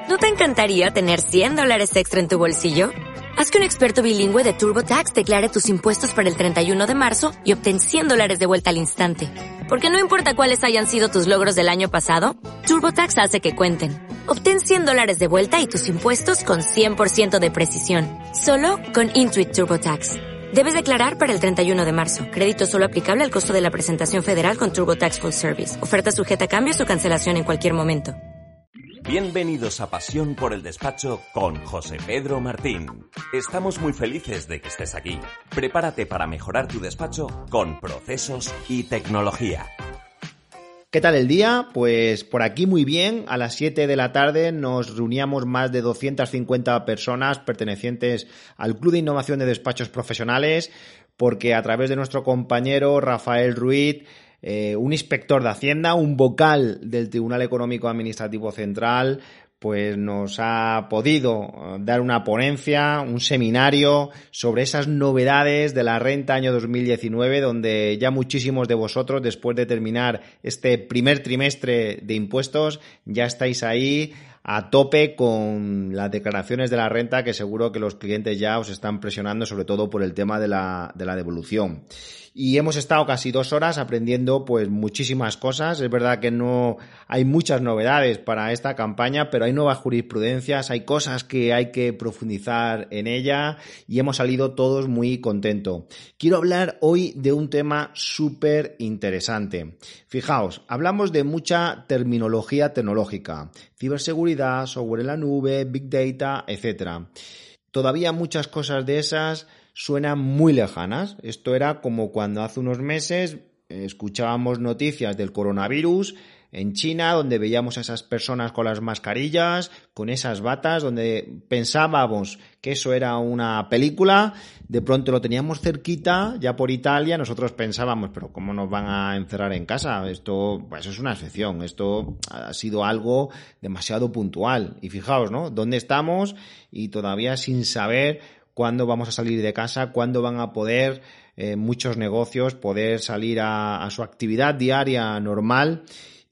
¿No te encantaría tener $100 extra en tu bolsillo? Haz que un experto bilingüe de TurboTax declare tus impuestos para el 31 de marzo y obtén $100 de vuelta al instante. Porque no importa cuáles hayan sido tus logros del año pasado, TurboTax hace que cuenten. Obtén $100 de vuelta y tus impuestos con 100% de precisión. Solo con Intuit TurboTax. Debes declarar para el 31 de marzo. Crédito solo aplicable al costo de la presentación federal con TurboTax Full Service. Oferta sujeta a cambios o cancelación en cualquier momento. Bienvenidos a Pasión por el Despacho con José Pedro Martín. Estamos muy felices de que estés aquí. Prepárate para mejorar tu despacho con procesos y tecnología. ¿Qué tal el día? Pues por aquí muy bien. A las 7 de la tarde nos reuníamos más de 250 personas pertenecientes al Club de Innovación de Despachos Profesionales, porque a través de nuestro compañero Rafael Ruiz, un inspector de Hacienda, un vocal del Tribunal Económico Administrativo Central, pues nos ha podido dar una ponencia, un seminario sobre esas novedades de la renta año 2019, donde ya muchísimos de vosotros, después de terminar este primer trimestre de impuestos, ya estáis ahí a tope con las declaraciones de la renta, que seguro que los clientes ya os están presionando, sobre todo por el tema de la devolución. Y hemos estado casi 2 horas aprendiendo pues muchísimas cosas. Es verdad que no hay muchas novedades para esta campaña, pero hay nuevas jurisprudencias, hay cosas que hay que profundizar en ella y hemos salido todos muy contentos. Quiero hablar hoy de un tema súper interesante. Fijaos, hablamos de mucha terminología tecnológica, ciberseguridad, software en la nube, big data, etcétera. Todavía muchas cosas de esas suenan muy lejanas. Esto era como cuando hace unos meses escuchábamos noticias del coronavirus en China, donde veíamos a esas personas con las mascarillas, con esas batas, donde pensábamos que eso era una película, de pronto lo teníamos cerquita, ya por Italia, nosotros pensábamos, pero ¿cómo nos van a encerrar en casa? Esto, pues es una excepción, esto ha sido algo demasiado puntual. Y fijaos, ¿no? ¿Dónde estamos? Y todavía sin saber cuándo vamos a salir de casa, cuándo van a poder muchos negocios poder salir a su actividad diaria normal.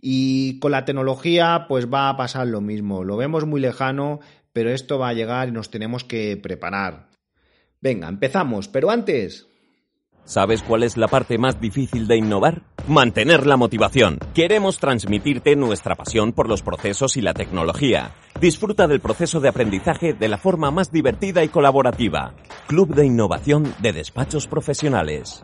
Y con la tecnología pues va a pasar lo mismo. Lo vemos muy lejano, pero esto va a llegar y nos tenemos que preparar. Venga, empezamos, pero antes... ¿Sabes cuál es la parte más difícil de innovar? Mantener la motivación. Queremos transmitirte nuestra pasión por los procesos y la tecnología. Disfruta del proceso de aprendizaje de la forma más divertida y colaborativa. Club de Innovación de Despachos Profesionales.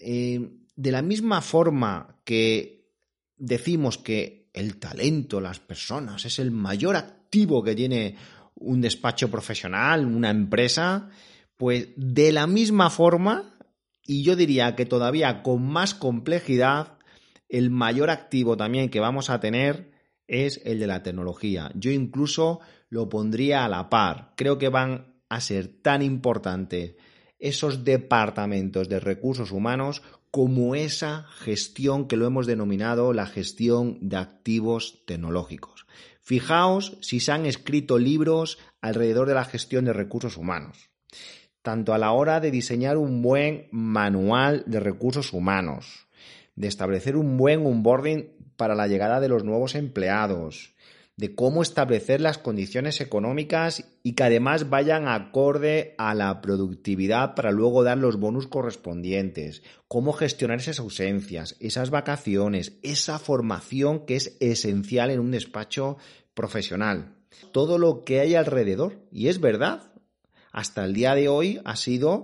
De la misma forma que decimos que el talento, las personas, es el mayor activo que tiene un despacho profesional, una empresa, pues de la misma forma, y yo diría que todavía con más complejidad, el mayor activo también que vamos a tener es el de la tecnología. Yo incluso lo pondría a la par. Creo que van a ser tan importantes esos departamentos de recursos humanos como esa gestión que lo hemos denominado la gestión de activos tecnológicos. Fijaos si se han escrito libros alrededor de la gestión de recursos humanos, tanto a la hora de diseñar un buen manual de recursos humanos, de establecer un buen onboarding para la llegada de los nuevos empleados, de cómo establecer las condiciones económicas y que además vayan acorde a la productividad para luego dar los bonus correspondientes, cómo gestionar esas ausencias, esas vacaciones, esa formación que es esencial en un despacho profesional. Todo lo que hay alrededor, y es verdad, hasta el día de hoy ha sido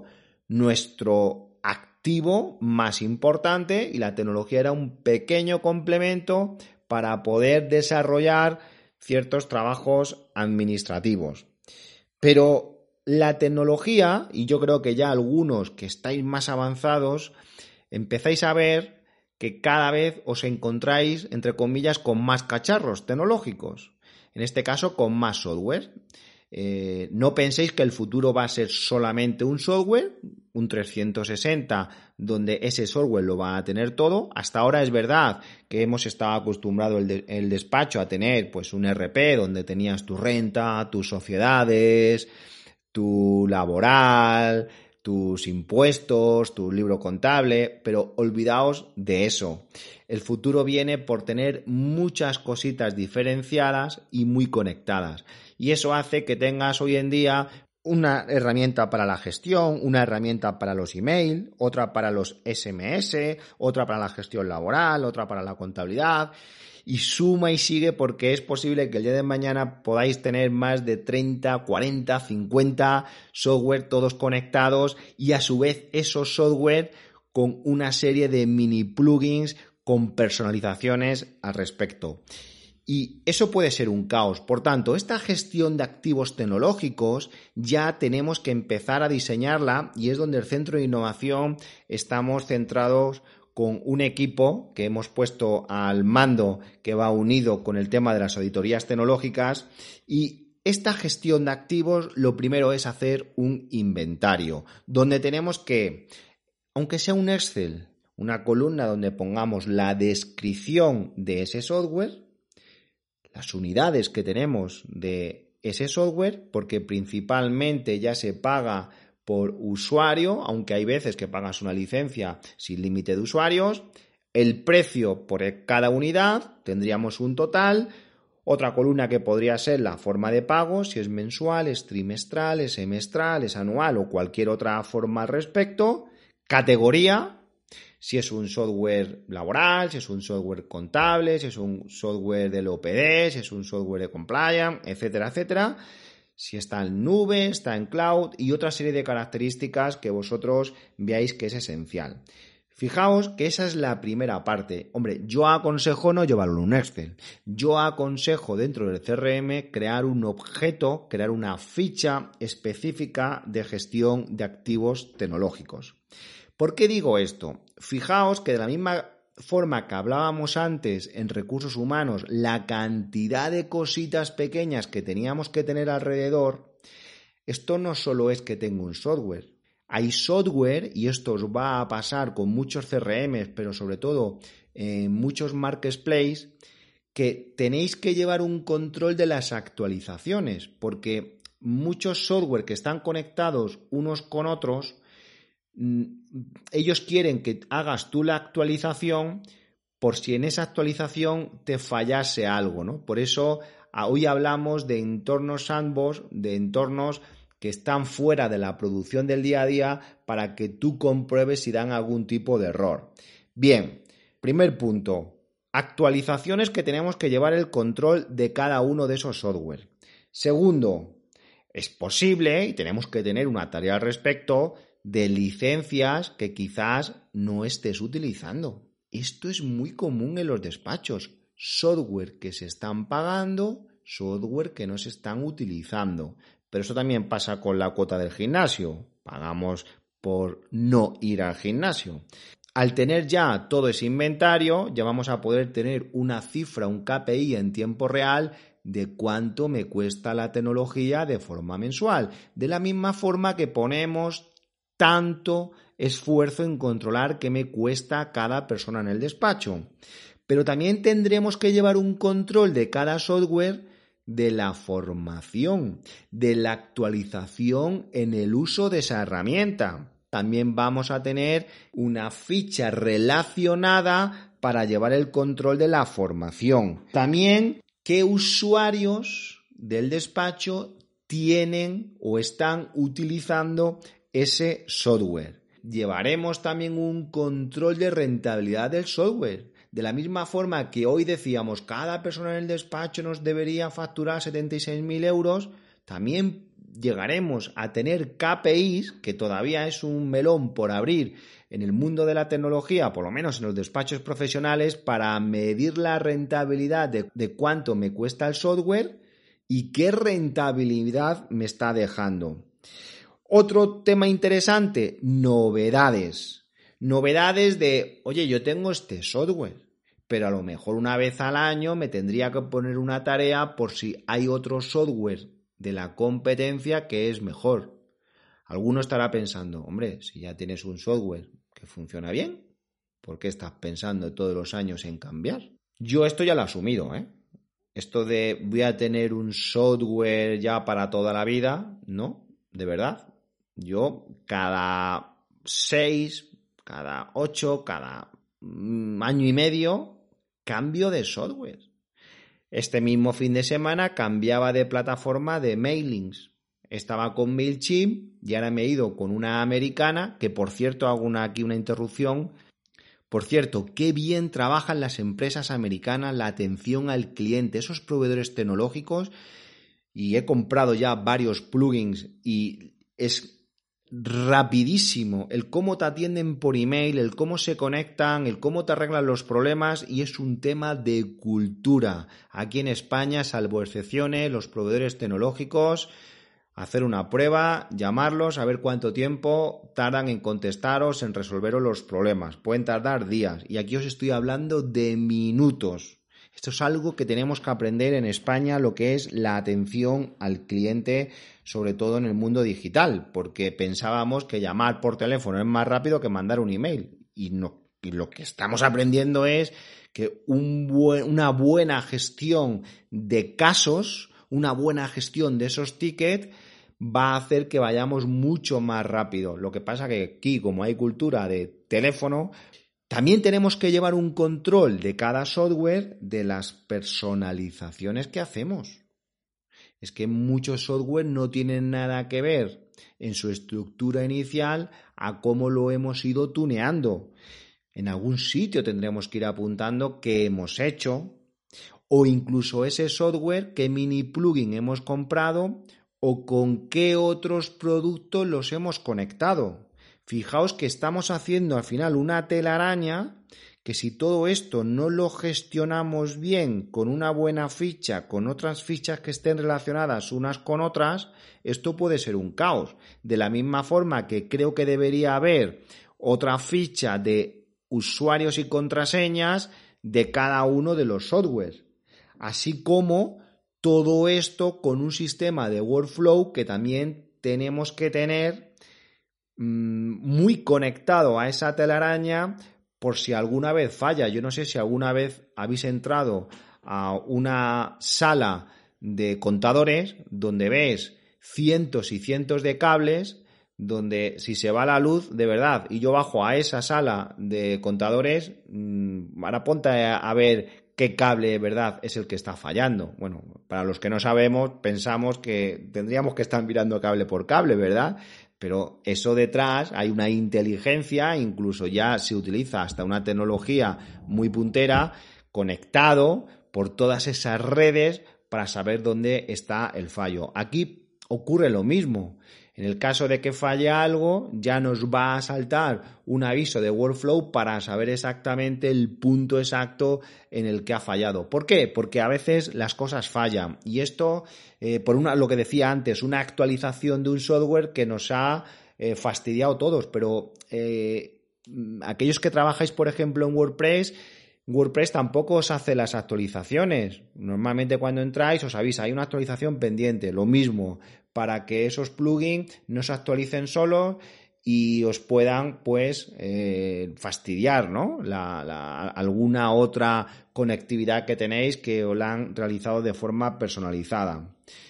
nuestro activo más importante y la tecnología era un pequeño complemento para poder desarrollar ciertos trabajos administrativos. Pero la tecnología, y yo creo que ya algunos que estáis más avanzados, empezáis a ver que cada vez os encontráis, entre comillas, con más cacharros tecnológicos. En este caso, con más software. No penséis que el futuro va a ser solamente un software, un 360, donde ese software lo va a tener todo. Hasta ahora es verdad que hemos estado acostumbrados el despacho a tener pues un ERP donde tenías tu renta, tus sociedades, tu laboral, tus impuestos, tu libro contable, pero olvidaos de eso. El futuro viene por tener muchas cositas diferenciadas y muy conectadas. Y eso hace que tengas hoy en día una herramienta para la gestión, una herramienta para los email, otra para los SMS, otra para la gestión laboral, otra para la contabilidad. Y suma y sigue, porque es posible que el día de mañana podáis tener más de 30, 40, 50 software todos conectados y a su vez esos software con una serie de mini plugins con personalizaciones al respecto. Y eso puede ser un caos. Por tanto, esta gestión de activos tecnológicos ya tenemos que empezar a diseñarla, y es donde el Centro de Innovación estamos centrados con un equipo que hemos puesto al mando, que va unido con el tema de las auditorías tecnológicas. Y esta gestión de activos, lo primero es hacer un inventario, donde tenemos que, aunque sea un Excel, una columna donde pongamos la descripción de ese software, las unidades que tenemos de ese software, porque principalmente ya se paga por usuario, aunque hay veces que pagas una licencia sin límite de usuarios, el precio por cada unidad, tendríamos un total, otra columna que podría ser la forma de pago, si es mensual, es trimestral, es semestral, es anual o cualquier otra forma al respecto, categoría, si es un software laboral, si es un software contable, si es un software del OPD, si es un software de compliance, etcétera, etcétera. Si está en nube, está en cloud y otra serie de características que vosotros veáis que es esencial. Fijaos que esa es la primera parte. Hombre, yo aconsejo no llevarlo en un Excel. Yo aconsejo dentro del CRM crear un objeto, crear una ficha específica de gestión de activos tecnológicos. ¿Por qué digo esto? Fijaos que de la misma forma que hablábamos antes en recursos humanos, la cantidad de cositas pequeñas que teníamos que tener alrededor, esto no solo es que tengo un software. Hay software, y esto os va a pasar con muchos CRMs, pero sobre todo en muchos marketplaces, que tenéis que llevar un control de las actualizaciones, porque muchos software que están conectados unos con otros, ellos quieren que hagas tú la actualización por si en esa actualización te fallase algo, ¿no? Por eso hoy hablamos de entornos sandbox, de entornos que están fuera de la producción del día a día para que tú compruebes si dan algún tipo de error. Bien, primer punto, actualizaciones que tenemos que llevar el control de cada uno de esos software. Segundo, es posible, y tenemos que tener una tarea al respecto, de licencias que quizás no estés utilizando. Esto es muy común en los despachos. Software que se están pagando, software que no se están utilizando. Pero eso también pasa con la cuota del gimnasio. Pagamos por no ir al gimnasio. Al tener ya todo ese inventario, ya vamos a poder tener una cifra, un KPI en tiempo real de cuánto me cuesta la tecnología de forma mensual. De la misma forma que ponemos tanto esfuerzo en controlar qué me cuesta cada persona en el despacho. Pero también tendremos que llevar un control de cada software de la formación, de la actualización en el uso de esa herramienta. También vamos a tener una ficha relacionada para llevar el control de la formación. También qué usuarios del despacho tienen o están utilizando ese software. Llevaremos también un control de rentabilidad del software. De la misma forma que hoy decíamos, cada persona en el despacho nos debería facturar 76.000 euros, también llegaremos a tener KPIs, que todavía es un melón por abrir en el mundo de la tecnología, por lo menos en los despachos profesionales, para medir la rentabilidad de cuánto me cuesta el software y qué rentabilidad me está dejando. Otro tema interesante, novedades. Novedades de, oye, yo tengo este software, pero a lo mejor una vez al año me tendría que poner una tarea por si hay otro software de la competencia que es mejor. Alguno estará pensando, hombre, si ya tienes un software que funciona bien, ¿por qué estás pensando todos los años en cambiar? Yo esto ya lo he asumido, ¿eh? Esto de voy a tener un software ya para toda la vida, no, de verdad. Yo cada 6, cada 8, cada año y medio cambio de software. Este mismo fin de semana cambiaba de plataforma de mailings. Estaba con MailChimp y ahora me he ido con una americana, que por cierto hago aquí una interrupción. Por cierto, qué bien trabajan las empresas americanas la atención al cliente, esos proveedores tecnológicos, y he comprado ya varios plugins y es rapidísimo el cómo te atienden por email, el cómo se conectan, el cómo te arreglan los problemas, y es un tema de cultura. Aquí en España, salvo excepciones, los proveedores tecnológicos, hacer una prueba, llamarlos, a ver cuánto tiempo tardan en contestaros, en resolveros los problemas. Pueden tardar días y aquí os estoy hablando de minutos. Esto es algo que tenemos que aprender en España, lo que es la atención al cliente, sobre todo en el mundo digital, porque pensábamos que llamar por teléfono es más rápido que mandar un email y no. Y lo que estamos aprendiendo es que una buena gestión de casos, una buena gestión de esos tickets va a hacer que vayamos mucho más rápido. Lo que pasa que aquí, como hay cultura de teléfono, también tenemos que llevar un control de cada software de las personalizaciones que hacemos. Es que muchos software no tienen nada que ver en su estructura inicial a cómo lo hemos ido tuneando. En algún sitio tendremos que ir apuntando qué hemos hecho, o incluso ese software, qué mini plugin hemos comprado o con qué otros productos los hemos conectado. Fijaos que estamos haciendo al final una telaraña que si todo esto no lo gestionamos bien con una buena ficha, con otras fichas que estén relacionadas unas con otras, esto puede ser un caos. De la misma forma que creo que debería haber otra ficha de usuarios y contraseñas de cada uno de los softwares. Así como todo esto con un sistema de workflow que también tenemos que tener muy conectado a esa telaraña por si alguna vez falla. Yo no sé si alguna vez habéis entrado a una sala de contadores donde ves cientos y cientos de cables, donde si se va la luz, de verdad, y yo bajo a esa sala de contadores, ahora ponte a ver qué cable de verdad es el que está fallando. Bueno, para los que no sabemos, pensamos que tendríamos que estar mirando cable por cable, ¿verdad? Pero eso detrás hay una inteligencia, incluso ya se utiliza hasta una tecnología muy puntera, conectado por todas esas redes para saber dónde está el fallo. Aquí ocurre lo mismo. En el caso de que falle algo, ya nos va a saltar un aviso de workflow para saber exactamente el punto exacto en el que ha fallado. ¿Por qué? Porque a veces las cosas fallan. Y esto, lo que decía antes, una actualización de un software que nos ha fastidiado todos. Pero aquellos que trabajáis, por ejemplo, en WordPress tampoco os hace las actualizaciones. Normalmente cuando entráis os avisa, hay una actualización pendiente, lo mismo, para que esos plugins no se actualicen solos y os puedan fastidiar, ¿no? Alguna otra conectividad que tenéis que os la han realizado de forma personalizada.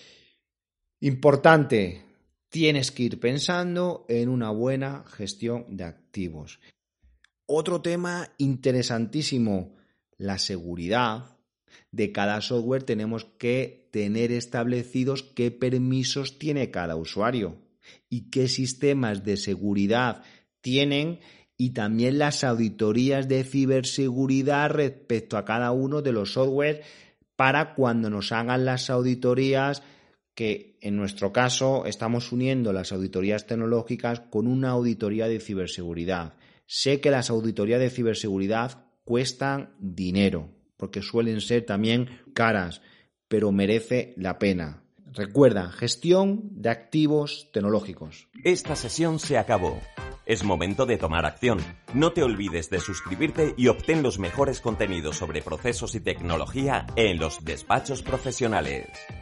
Importante, tienes que ir pensando en una buena gestión de activos. Otro tema interesantísimo, la seguridad de cada software. Tenemos que tener establecidos qué permisos tiene cada usuario y qué sistemas de seguridad tienen, y también las auditorías de ciberseguridad respecto a cada uno de los softwares para cuando nos hagan las auditorías, que en nuestro caso estamos uniendo las auditorías tecnológicas con una auditoría de ciberseguridad. Sé que las auditorías de ciberseguridad cuestan dinero, porque suelen ser también caras, pero merece la pena. Recuerda, gestión de activos tecnológicos. Esta sesión se acabó. Es momento de tomar acción. No te olvides de suscribirte y obtén los mejores contenidos sobre procesos y tecnología en los despachos profesionales.